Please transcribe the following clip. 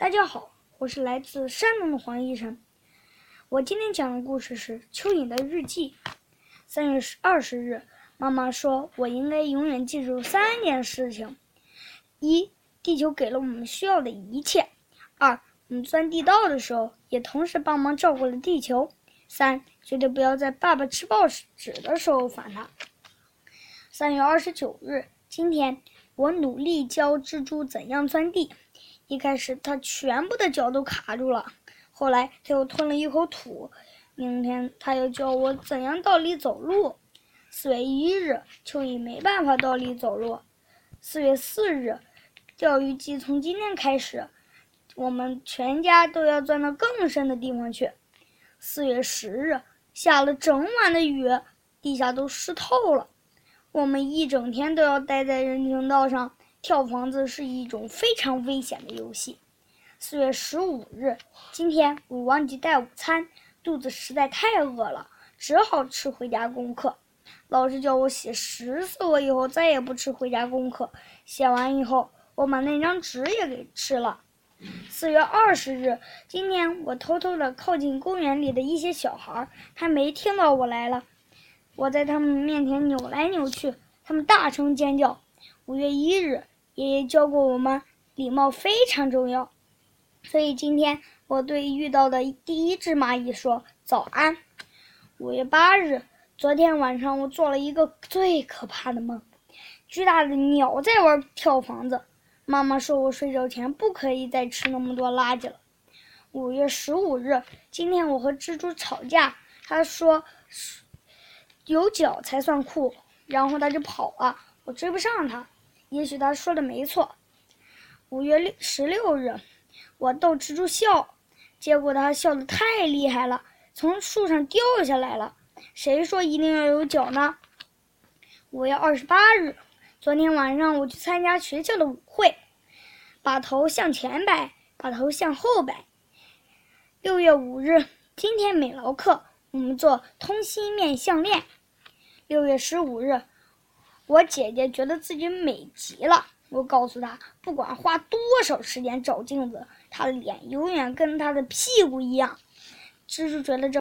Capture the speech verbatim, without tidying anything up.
大家好，我是来自山东的黄医生。我今天讲的故事是蚯蚓的日记。三月二十日，妈妈说我应该永远记住三件事情：一、地球给了我们需要的一切；二、我们钻地道的时候，也同时帮忙照顾了地球；三、绝对不要在爸爸吃报纸的时候烦他。三月二十九日，今天我努力教蜘蛛怎样钻地。一开始它全部的脚都卡住了，后来它又吞了一口土。明天它又教我怎样倒立走路。四月一日，蚯蚓没办法倒立走路。四月四日，钓鱼季从今天开始，我们全家都要钻到更深的地方去。四月十日，下了整晚的雨，地下都湿透了。我们一整天都要待在人行道上，跳房子是一种非常危险的游戏。四月十五日，今天我忘记带午餐，肚子实在太饿了，只好吃回家功课。老师叫我写十次，我以后再也不吃回家功课。写完以后，我把那张纸也给吃了。四月二十日，今天我偷偷地靠近公园里的一些小孩，还没听到我来了。我在他们面前扭来扭去，他们大声尖叫。五月一日，爷爷教过我们礼貌非常重要，所以今天我对遇到的第一只蚂蚁说早安。五月八日，昨天晚上我做了一个最可怕的梦，巨大的鸟在玩跳房子。妈妈说我睡觉前不可以再吃那么多垃圾了。五月十五日，今天我和蜘蛛吵架，他说有脚才算酷，然后他就跑了，我追不上他。也许他说的没错。五月十六日，我逗蜘蛛笑，结果他笑得太厉害了，从树上掉下来了。谁说一定要有脚呢？五月二十八日，昨天晚上我去参加学校的舞会，把头向前摆，把头向后摆。六月五日，今天美劳课，我们做通心面项链。六月十五日，我姐姐觉得自己美极了，我告诉她，不管花多少时间照镜子，她的脸永远跟她的屁股一样。蜘蛛觉得这